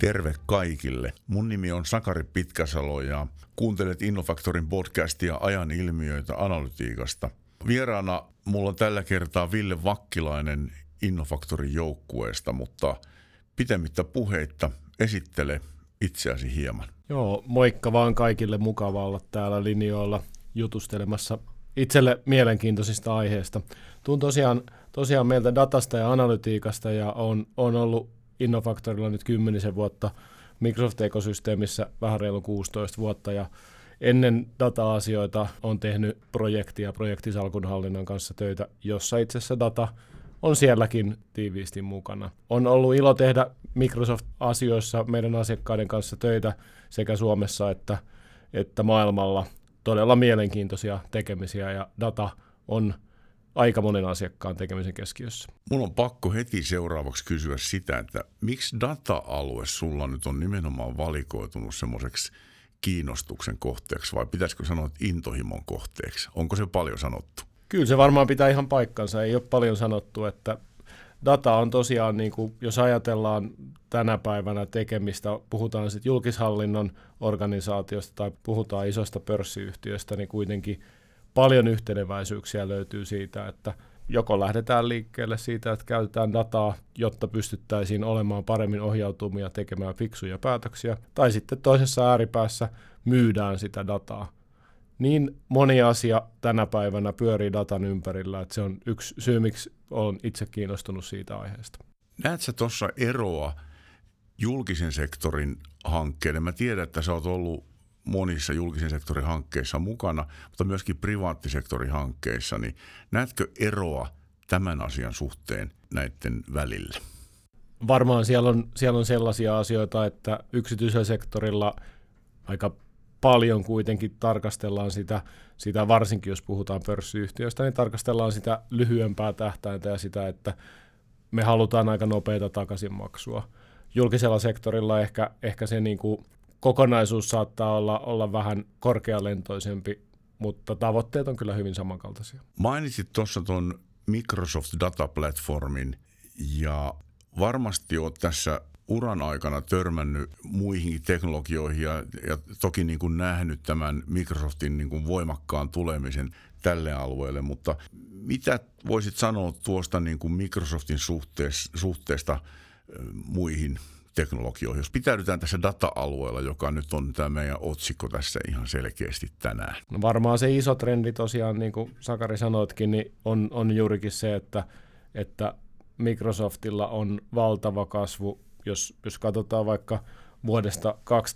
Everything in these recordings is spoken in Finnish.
Terve kaikille. Mun nimi on Sakari Pitkäsalo ja kuuntelet InnoFactorin podcastia ajan ilmiöitä analytiikasta. Vieraana mulla on tällä kertaa Ville Vakkilainen InnoFactorin joukkueesta, mutta pitemmittä puheitta esittele itseäsi hieman. Joo, moikka vaan kaikille, mukava olla täällä linjoilla jutustelemassa itselle mielenkiintoisista aiheista. Tuun tosiaan meiltä datasta ja analytiikasta ja on ollut InnoFactorilla nyt 10 vuotta Microsoft-ekosysteemissä vähän reilu 16 vuotta ja ennen data-asioita on tehnyt projektisalkunhallinnan kanssa töitä, jossa itse asiassa data on sielläkin tiiviisti mukana. On ollut ilo tehdä Microsoft-asioissa meidän asiakkaiden kanssa töitä sekä Suomessa että maailmalla. Todella mielenkiintoisia tekemisiä ja data on aika monen asiakkaan tekemisen keskiössä. Mun on pakko heti seuraavaksi kysyä sitä, että miksi data-alue sulla nyt on nimenomaan valikoitunut semmoiseksi kiinnostuksen kohteeksi vai pitäisikö sanoa intohimon kohteeksi? Onko se paljon sanottu? Kyllä se varmaan pitää ihan paikkansa. Ei ole paljon sanottu, että data on tosiaan, niin kuin, jos ajatellaan tänä päivänä tekemistä, puhutaan sitten julkishallinnon organisaatiosta tai puhutaan isosta pörssiyhtiöstä, niin kuitenkin paljon yhteneväisyyksiä löytyy siitä, että joko lähdetään liikkeelle siitä, että käytetään dataa, jotta pystyttäisiin olemaan paremmin ohjautumia tekemään fiksuja päätöksiä, tai sitten toisessa ääripäässä myydään sitä dataa. Niin moni asia tänä päivänä pyörii datan ympärillä, että se on yksi syy, miksi olen itse kiinnostunut siitä aiheesta. Näetkö sä tuossa eroa julkisen sektorin hankkeiden? Mä tiedän, että sä oot ollut monissa julkisen sektorin hankkeissa mukana, mutta myöskin privaattisektorin hankkeissa, niin näetkö eroa tämän asian suhteen näiden välillä? Varmaan siellä on sellaisia asioita, että yksityisellä sektorilla aika paljon kuitenkin tarkastellaan sitä, varsinkin jos puhutaan pörssiyhtiöistä, niin tarkastellaan sitä lyhyempää tähtäintä ja sitä, että me halutaan aika nopeata takaisinmaksua. Julkisella sektorilla ehkä se niin kuin kokonaisuus saattaa olla vähän korkealentoisempi, mutta tavoitteet on kyllä hyvin samankaltaisia. Mainitsit tuossa tuon Microsoft Data Platformin ja varmasti olet tässä uran aikana törmännyt muihin teknologioihin ja toki niin kuin nähnyt tämän Microsoftin niin kuin voimakkaan tulemisen tälle alueelle, mutta mitä voisit sanoa tuosta niin kuin Microsoftin suhteesta muihin teknologioihin, jos pitäydytään tässä data-alueella, joka nyt on tämä meidän otsikko tässä ihan selkeästi tänään? No varmaan se iso trendi tosiaan, niin kuin Sakari sanoitkin, niin on juurikin se, että Microsoftilla on valtava kasvu. Jos katsotaan vaikka vuodesta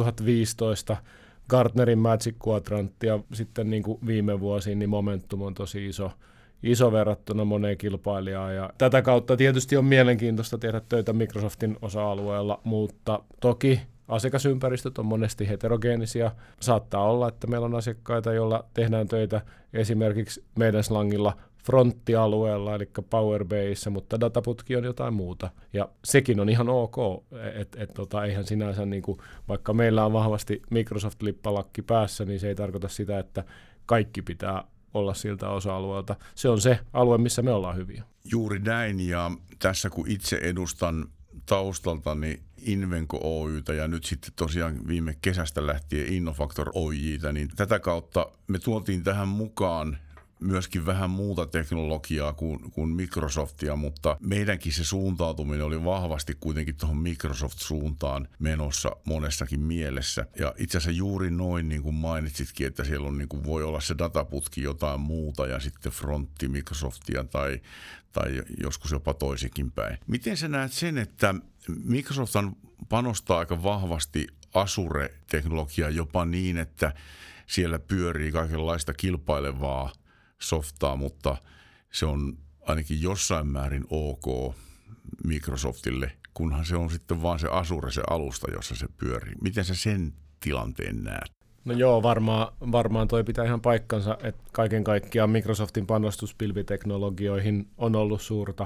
2015 Gartnerin Magic Quadranttia sitten niin kuin viime vuosiin, niin momentum on tosi iso verrattuna moneen kilpailijaan. Ja tätä kautta tietysti on mielenkiintoista tehdä töitä Microsoftin osa-alueella, mutta toki asiakasympäristöt on monesti heterogeenisia. Saattaa olla, että meillä on asiakkaita, joilla tehdään töitä esimerkiksi meidän slangilla fronttialueella, eli Power BI:ssä, mutta dataputki on jotain muuta. Ja sekin on ihan ok, että eihän sinänsä, niin kuin, vaikka meillä on vahvasti Microsoft-lippalakki päässä, niin se ei tarkoita sitä, että kaikki pitää olla siltä osa-alueelta. Se on se alue, missä me ollaan hyviä. Juuri näin, ja tässä kun itse edustan taustaltani Invenco Oy:tä ja nyt sitten tosiaan viime kesästä lähtien InnoFactor Oy:tä, niin tätä kautta me tuotiin tähän mukaan myöskin vähän muuta teknologiaa kuin Microsoftia, mutta meidänkin se suuntautuminen oli vahvasti kuitenkin tuohon Microsoft-suuntaan menossa monessakin mielessä. Ja itse asiassa juuri noin, niin kuin mainitsitkin, että siellä on, niin kuin voi olla se dataputki jotain muuta ja sitten frontti Microsoftia tai joskus jopa toisinkin päin. Miten sä näet sen, että Microsoft panostaa aika vahvasti Azure-teknologiaa jopa niin, että siellä pyörii kaikenlaista kilpailevaa softaa, mutta se on ainakin jossain määrin ok Microsoftille, kunhan se on sitten vaan se Azure, se alusta, jossa se pyörii. Miten sä sen tilanteen näet? No joo, varmaan toi pitää ihan paikkansa, että kaiken kaikkiaan Microsoftin panostus pilviteknologioihin on ollut suurta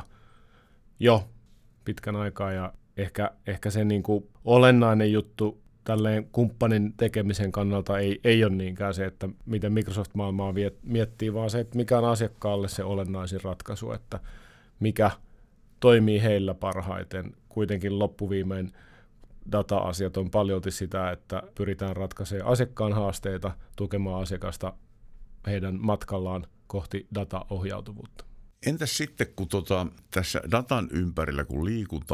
jo pitkän aikaa ja ehkä se niin kuin olennainen juttu tälleen kumppanin tekemisen kannalta ei ole niinkään se, että miten Microsoft maailmaa miettii, vaan se, että mikä on asiakkaalle se olennaisin ratkaisu, että mikä toimii heillä parhaiten. Kuitenkin loppuviimein data-asiat on paljolti sitä, että pyritään ratkaisemaan asiakkaan haasteita, tukemaan asiakasta heidän matkallaan kohti dataohjautuvuutta. Entäs sitten, kun tässä datan ympärillä, kun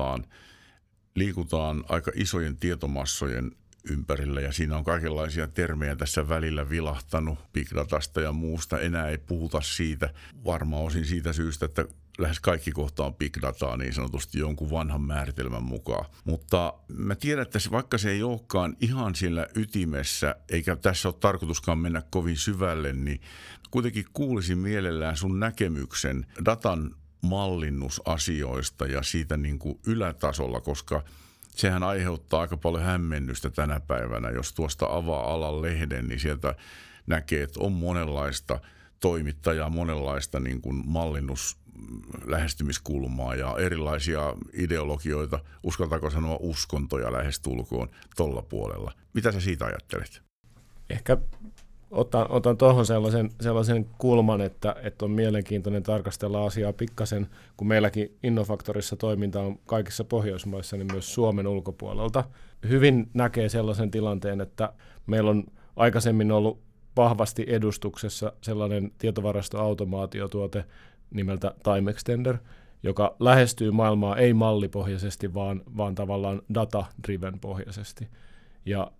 liikutaan aika isojen tietomassojen ympärillä ja siinä on kaikenlaisia termejä tässä välillä vilahtanut big datasta ja muusta. Enää ei puhuta siitä varmaan osin siitä syystä, että lähes kaikki kohta on big dataa niin sanotusti jonkun vanhan määritelmän mukaan. Mutta mä tiedän, että vaikka se ei olekaan ihan siellä ytimessä, eikä tässä ole tarkoituskaan mennä kovin syvälle, niin kuitenkin kuulisin mielellään sun näkemyksen datan mallinnusasioista ja siitä niin kuin ylätasolla, koska sehän aiheuttaa aika paljon hämmennystä tänä päivänä. Jos tuosta avaa alan lehden, niin sieltä näkee, että on monenlaista toimittajaa, monenlaista niin kuin mallinnuslähestymiskulmaa ja erilaisia ideologioita, uskaltaako sanoa uskontoja lähestulkoon tuolla puolella. Mitä sä siitä ajattelet? Ehkä otan tuohon sellaisen kulman, että on mielenkiintoinen tarkastella asiaa pikkasen, kun meilläkin Innofactorissa toiminta on kaikissa Pohjoismaissa, niin myös Suomen ulkopuolelta. Hyvin näkee sellaisen tilanteen, että meillä on aikaisemmin ollut vahvasti edustuksessa sellainen tietovarastoautomaatiotuote nimeltä Time Extender, joka lähestyy maailmaa ei mallipohjaisesti, vaan tavallaan data-driven pohjaisesti. Ja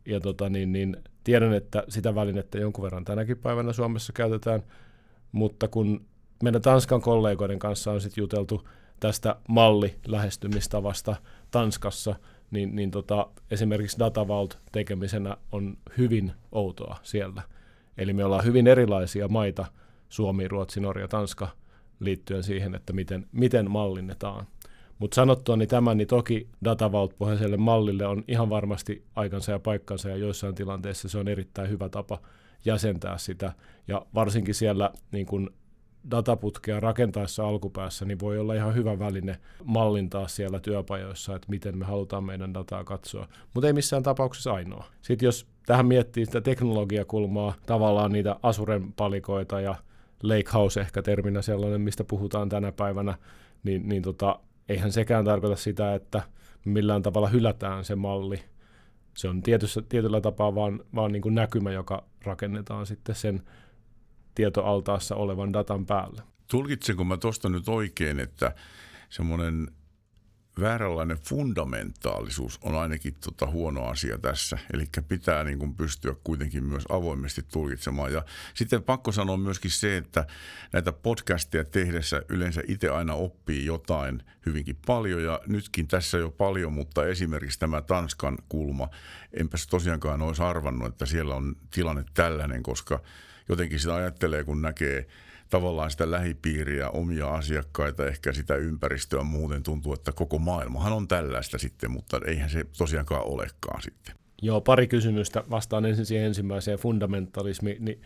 tiedän, että sitä välinettä jonkun verran tänäkin päivänä Suomessa käytetään, mutta kun meidän Tanskan kollegoiden kanssa on sitten juteltu tästä mallilähestymistavasta Tanskassa, niin esimerkiksi Data Vault-tekemisenä on hyvin outoa siellä. Eli me ollaan hyvin erilaisia maita, Suomi, Ruotsi, Norja, Tanska, liittyen siihen, että miten mallinnetaan. Mutta sanottua niin tämän, niin toki Data Vault-pohjaiselle mallille on ihan varmasti aikansa ja paikkansa, ja joissain tilanteissa se on erittäin hyvä tapa jäsentää sitä. Ja varsinkin siellä niin kun dataputkea rakentaessa alkupäässä, niin voi olla ihan hyvä väline mallintaa siellä työpajoissa, että miten me halutaan meidän dataa katsoa. Mutta ei missään tapauksessa ainoa. Sitten jos tähän miettii sitä teknologiakulmaa, tavallaan niitä Azuren palikoita ja Lakehouse ehkä terminä sellainen, mistä puhutaan tänä päivänä, niin eihän sekään tarkoita sitä, että millään tavalla hylätään se malli. Se on tietyllä tapaa vaan niin kuin näkymä, joka rakennetaan sitten sen tietoaltaassa olevan datan päälle. Tulkitsenko mä tuosta nyt oikein, että semmoinen vääränlainen fundamentaalisuus on ainakin huono asia tässä. Eli pitää niin kuin pystyä kuitenkin myös avoimesti tulkitsemaan. Ja sitten pakko sanoa myöskin se, että näitä podcasteja tehdessä yleensä itse aina oppii jotain hyvinkin paljon. Ja nytkin tässä jo paljon, mutta esimerkiksi tämä Tanskan kulma, enpä tosiaankaan olisi arvannut, että siellä on tilanne tällainen, koska jotenkin sitä ajattelee, kun näkee tavallaan sitä lähipiiriä, omia asiakkaita, ehkä sitä ympäristöä muuten tuntuu, että koko maailmahan on tällaista sitten, mutta eihän se tosiaankaan olekaan sitten. Joo, pari kysymystä. Vastaan ensin siihen ensimmäiseen fundamentalismiin. Niin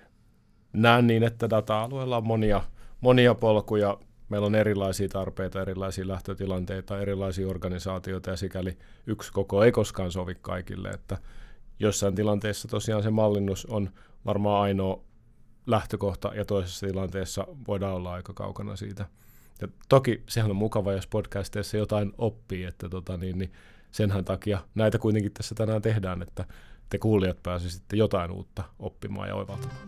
näen niin, että data-alueella on monia polkuja. Meillä on erilaisia tarpeita, erilaisia lähtötilanteita, erilaisia organisaatioita ja sikäli yksi koko ei koskaan sovi kaikille. Että jossain tilanteessa tosiaan se mallinnus on varmaan ainoa lähtökohta ja toisessa tilanteessa voidaan olla aika kaukana siitä. Ja toki sehän on mukava, jos podcasteissa jotain oppii, että senhän takia näitä kuitenkin tässä tänään tehdään, että te kuulijat pääsisitte jotain uutta oppimaan ja oivaltamaan.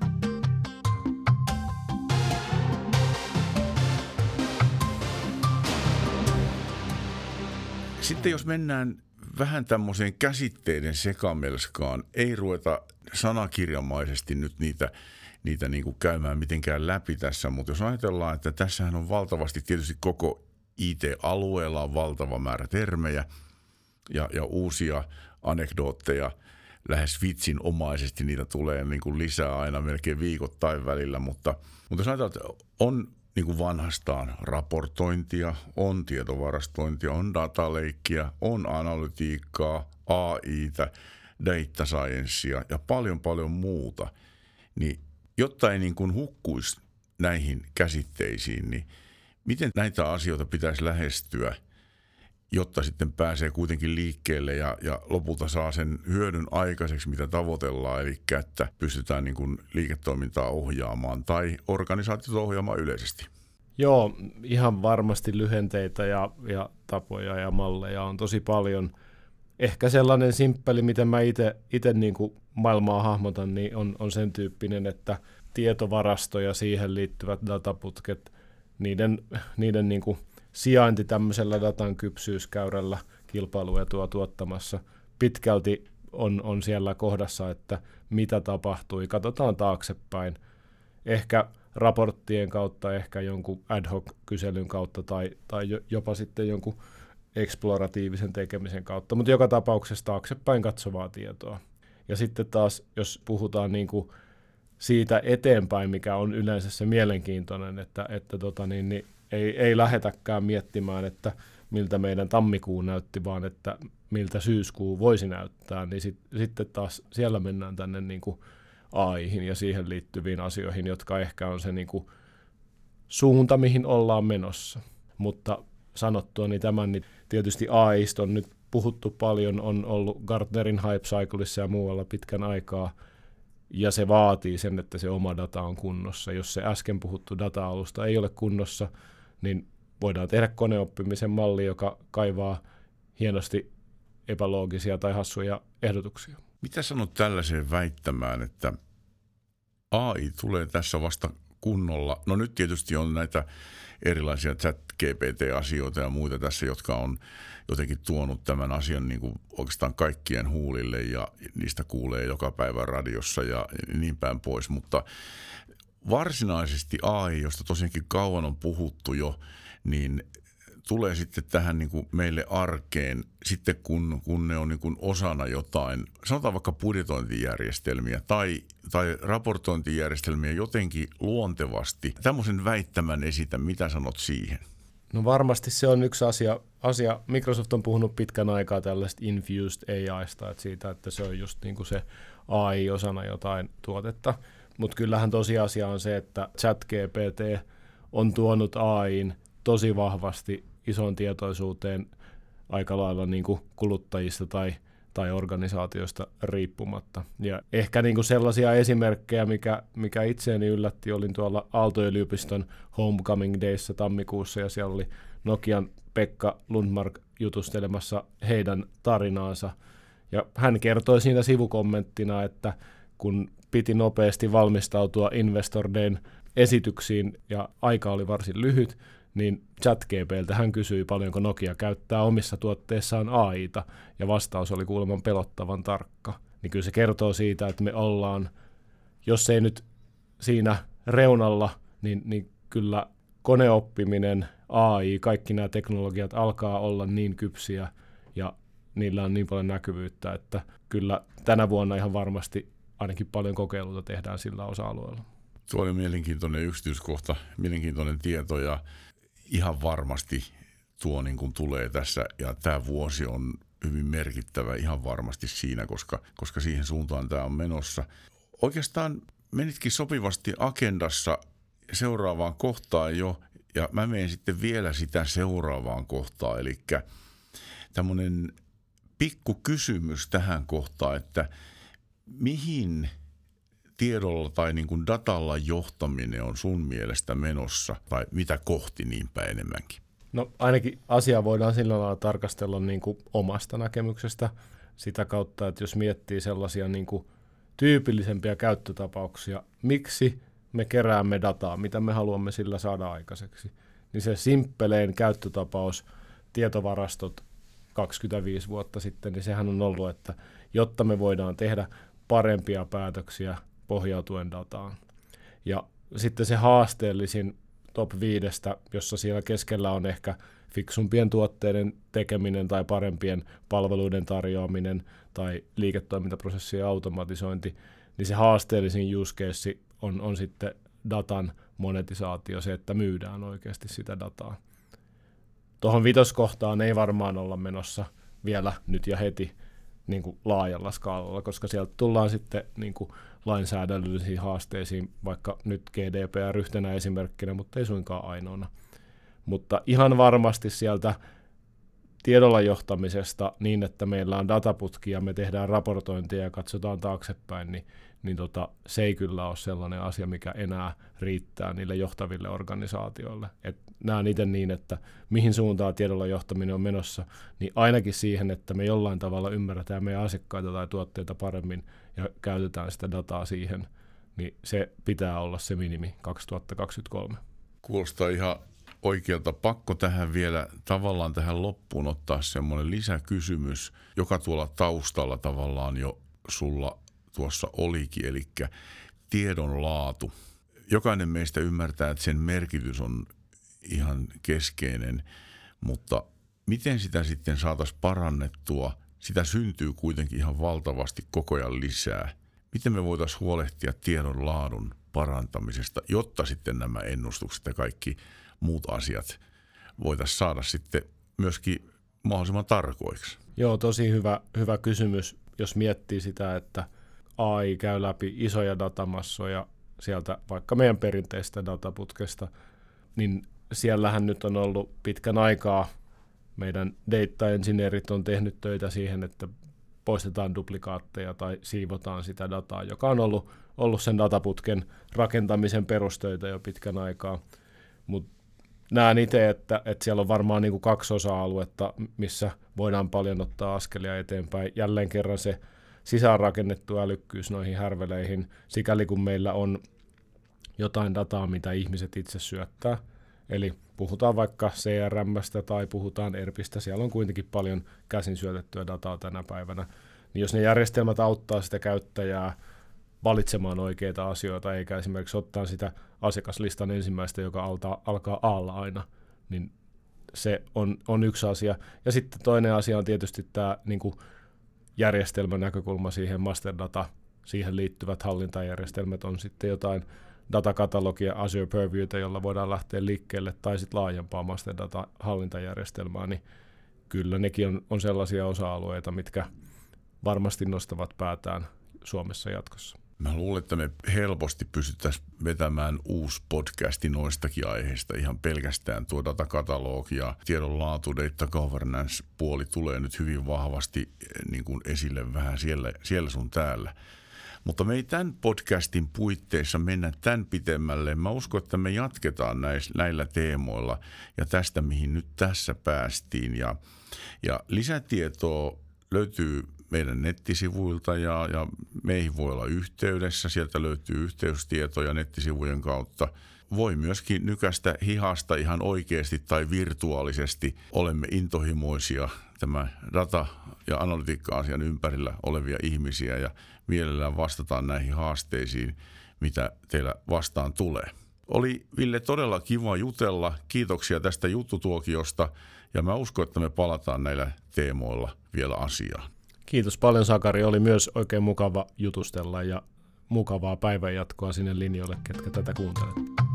Sitten jos mennään vähän tämmöiseen käsitteiden sekamelskaan, ei ruveta sanakirjamaisesti nyt niitä niin kuin käymään mitenkään läpi tässä, mutta jos ajatellaan, että tässähän on valtavasti, tietysti koko IT-alueella on valtava määrä termejä ja uusia anekdootteja, lähes vitsinomaisesti niitä tulee niin kuin lisää aina melkein viikoittain välillä, mutta jos ajatellaan, että on niin kuin vanhastaan raportointia, on tietovarastointia, on dataleikkiä, on analytiikkaa, AI:tä, data sciencea ja paljon muuta, niin jotta ei niin kuin hukkuisi näihin käsitteisiin, niin miten näitä asioita pitäisi lähestyä, jotta sitten pääsee kuitenkin liikkeelle ja lopulta saa sen hyödyn aikaiseksi, mitä tavoitellaan, eli että pystytään niin kuin liiketoimintaa ohjaamaan tai organisaatiota ohjaamaan yleisesti? Joo, ihan varmasti lyhenteitä ja tapoja ja malleja on tosi paljon. ehkä sellainen simppeli, miten mä itse niin kuin maailmaa hahmotan, niin on sen tyyppinen, että tietovarasto ja siihen liittyvät dataputket, niiden niin kuin sijainti tämmöisellä datan kypsyyskäyrällä kilpailuetua tuottamassa pitkälti on siellä kohdassa, että mitä tapahtui. Katsotaan taaksepäin. Ehkä raporttien kautta, ehkä jonkun ad hoc-kyselyn kautta tai jopa sitten jonkun eksploratiivisen tekemisen kautta, mutta joka tapauksessa taaksepäin katsovaa tietoa. Ja sitten taas, jos puhutaan niin kuin siitä eteenpäin, mikä on yleensä se mielenkiintoinen, että ei lähetäkään miettimään, että miltä meidän tammikuu näytti, vaan että miltä syyskuu voisi näyttää, niin sitten taas siellä mennään tänne niin kuin AI:hin ja siihen liittyviin asioihin, jotka ehkä on se niin kuin suunta, mihin ollaan menossa. Mutta sanottua niin tämän, niin tietysti AI:sta on nyt puhuttu paljon, on ollut Gartnerin Hype Cycleissa ja muualla pitkän aikaa, ja se vaatii sen, että se oma data on kunnossa. Jos se äsken puhuttu data-alusta ei ole kunnossa, niin voidaan tehdä koneoppimisen malli, joka kaivaa hienosti epäloogisia tai hassuja ehdotuksia. Mitä sanot tällaiseen väittämään, että AI tulee tässä vasta kunnolla? No nyt tietysti on näitä erilaisia chat-GPT-asioita ja muita tässä, jotka on jotenkin tuonut tämän asian niin kuin oikeastaan kaikkien huulille ja niistä kuulee joka päivä radiossa ja niin päin pois. Mutta varsinaisesti AI, josta tosiaankin kauan on puhuttu jo, niin tulee sitten tähän niin kuin meille arkeen sitten, kun ne on niin kuin osana jotain, sanotaan vaikka budjetointijärjestelmiä tai raportointijärjestelmiä jotenkin luontevasti. Tämmöisen väittämän esitä, mitä sanot siihen? No varmasti se on yksi asia. Microsoft on puhunut pitkän aikaa tällaista infused AIsta, että siitä, että se on just niin kuin se AI osana jotain tuotetta. Mutta kyllähän tosiasia on se, että ChatGPT on tuonut AIin tosi vahvasti ison tietoisuuteen aika lailla niin kuin kuluttajista tai organisaatioista riippumatta. Ja ehkä niin kuin sellaisia esimerkkejä, mikä itseäni yllätti, olin tuolla Aalto-yliopiston Homecoming Dayssä tammikuussa, ja siellä oli Nokian Pekka Lundmark jutustelemassa heidän tarinaansa. Ja hän kertoi siinä sivukommenttina, että kun piti nopeasti valmistautua Investor Dayn esityksiin ja aika oli varsin lyhyt, niin ChatGPT:ltä hän kysyi, paljonko Nokia käyttää omissa tuotteissaan AI:ta, ja vastaus oli kuulemma pelottavan tarkka. Niin kyllä se kertoo siitä, että me ollaan, jos ei nyt siinä reunalla, niin kyllä koneoppiminen, AI, kaikki nämä teknologiat alkaa olla niin kypsiä, ja niillä on niin paljon näkyvyyttä, että kyllä tänä vuonna ihan varmasti ainakin paljon kokeiluita tehdään sillä osa-alueella. Tuo oli mielenkiintoinen yksityiskohta, mielenkiintoinen tieto, ja ihan varmasti tuo niin kuin tulee tässä, ja tämä vuosi on hyvin merkittävä ihan varmasti siinä, koska siihen suuntaan tämä on menossa. Oikeastaan menitkin sopivasti agendassa seuraavaan kohtaan jo, ja mä menen sitten vielä sitä seuraavaan kohtaan, eli tämmöinen pikku kysymys tähän kohtaan, että mihin tiedolla tai niin kuin datalla johtaminen on sun mielestä menossa, tai mitä kohti niinpä enemmänkin? No ainakin asiaa voidaan sillä lailla tarkastella niin kuin omasta näkemyksestä sitä kautta, että jos miettii sellaisia niin kuin tyypillisempiä käyttötapauksia, miksi me keräämme dataa, mitä me haluamme sillä saada aikaiseksi, niin se simppelein käyttötapaus, tietovarastot 25 vuotta sitten, niin sehän on ollut, että jotta me voidaan tehdä parempia päätöksiä pohjautuen dataan. Ja sitten se haasteellisin top 5, jossa siellä keskellä on ehkä fiksumpien tuotteiden tekeminen tai parempien palveluiden tarjoaminen tai liiketoimintaprosessien automatisointi, niin se haasteellisin use case on sitten datan monetisaatio, se, että myydään oikeasti sitä dataa. Tuohon 5. kohtaan ei varmaan olla menossa vielä nyt ja heti niin kuin laajalla skaalalla, koska sieltä tullaan sitten niin kuin lainsäädännöllisiin haasteisiin, vaikka nyt GDPR yhtenä esimerkkinä, mutta ei suinkaan ainoana. Mutta ihan varmasti sieltä tiedolla johtamisesta niin, että meillä on dataputki ja me tehdään raportointia ja katsotaan taaksepäin, niin niin se ei kyllä ole sellainen asia, mikä enää riittää niille johtaville organisaatioille. Et näen itse niin, että mihin suuntaan tiedolla johtaminen on menossa, niin ainakin siihen, että me jollain tavalla ymmärretään meidän asiakkaita tai tuotteita paremmin ja käytetään sitä dataa siihen, niin se pitää olla se minimi 2023. Kuulostaa ihan oikealta. Pakko tähän vielä tavallaan tähän loppuun ottaa semmoinen lisäkysymys, joka tuolla taustalla tavallaan jo sulla tuossa olikin, eli tiedon laatu. Jokainen meistä ymmärtää, että sen merkitys on ihan keskeinen, mutta miten sitä sitten saataisiin parannettua? Sitä syntyy kuitenkin ihan valtavasti koko ajan lisää. Miten me voitaisiin huolehtia tiedon laadun parantamisesta, jotta sitten nämä ennustukset ja kaikki muut asiat voitaisiin saada sitten myöskin mahdollisimman tarkoiksi? Joo, tosi hyvä kysymys, jos miettii sitä, että AI käy läpi isoja datamassoja sieltä vaikka meidän perinteistä dataputkesta, niin siellähän nyt on ollut pitkän aikaa, meidän data engineerit on tehnyt töitä siihen, että poistetaan duplikaatteja tai siivotaan sitä dataa, joka on ollut sen dataputken rakentamisen perustöitä jo pitkän aikaa. Mutta näen itse, että siellä on varmaan niin kuin 2 osa-aluetta, missä voidaan paljon ottaa askelia eteenpäin. Jälleen kerran se sisäänrakennettu älykkyys noihin härveleihin, sikäli kun meillä on jotain dataa, mitä ihmiset itse syöttää. Eli puhutaan vaikka CRM:stä tai puhutaan ERPistä, siellä on kuitenkin paljon käsin syötettyä dataa tänä päivänä. Niin jos ne järjestelmät auttaa sitä käyttäjää valitsemaan oikeita asioita, eikä esimerkiksi ottaa sitä asiakaslistan ensimmäistä, joka alkaa A:lla aina, niin se on yksi asia. Ja sitten toinen asia on tietysti tämä niin kuin järjestelmän näkökulma siihen masterdata, siihen liittyvät hallintajärjestelmät on sitten jotain datakatalogia, Azure Purviewta, jolla voidaan lähteä liikkeelle, tai sitten laajempaa masterdata-hallintajärjestelmää, niin kyllä nekin on sellaisia osa-alueita, mitkä varmasti nostavat päätään Suomessa jatkossa. Mä luulen, että me helposti pystyttäisiin vetämään uusi podcasti noistakin aiheista. Ihan pelkästään tuo datakatalogi ja tiedonlaatu, data governance-puoli tulee nyt hyvin vahvasti niin kuin esille vähän siellä sun täällä. Mutta me ei tämän podcastin puitteissa mennä tämän pitemmälle. Mä uskon, että me jatketaan näillä teemoilla ja tästä, mihin nyt tässä päästiin. Ja lisätietoa löytyy meidän nettisivuilta ja meihin voi olla yhteydessä. Sieltä löytyy yhteystietoja nettisivujen kautta. Voi myöskin nykästä hihasta ihan oikeasti tai virtuaalisesti. Olemme intohimoisia tämä data- ja analytiikka-asian ympärillä olevia ihmisiä ja mielellään vastataan näihin haasteisiin, mitä teillä vastaan tulee. Oli, Ville, todella kiva jutella. Kiitoksia tästä juttutuokiosta ja mä uskon, että me palataan näillä teemoilla vielä asiaan. Kiitos paljon, Sakari. Oli myös oikein mukava jutustella ja mukavaa päivänjatkoa sinne linjoille, ketkä tätä kuuntelevat.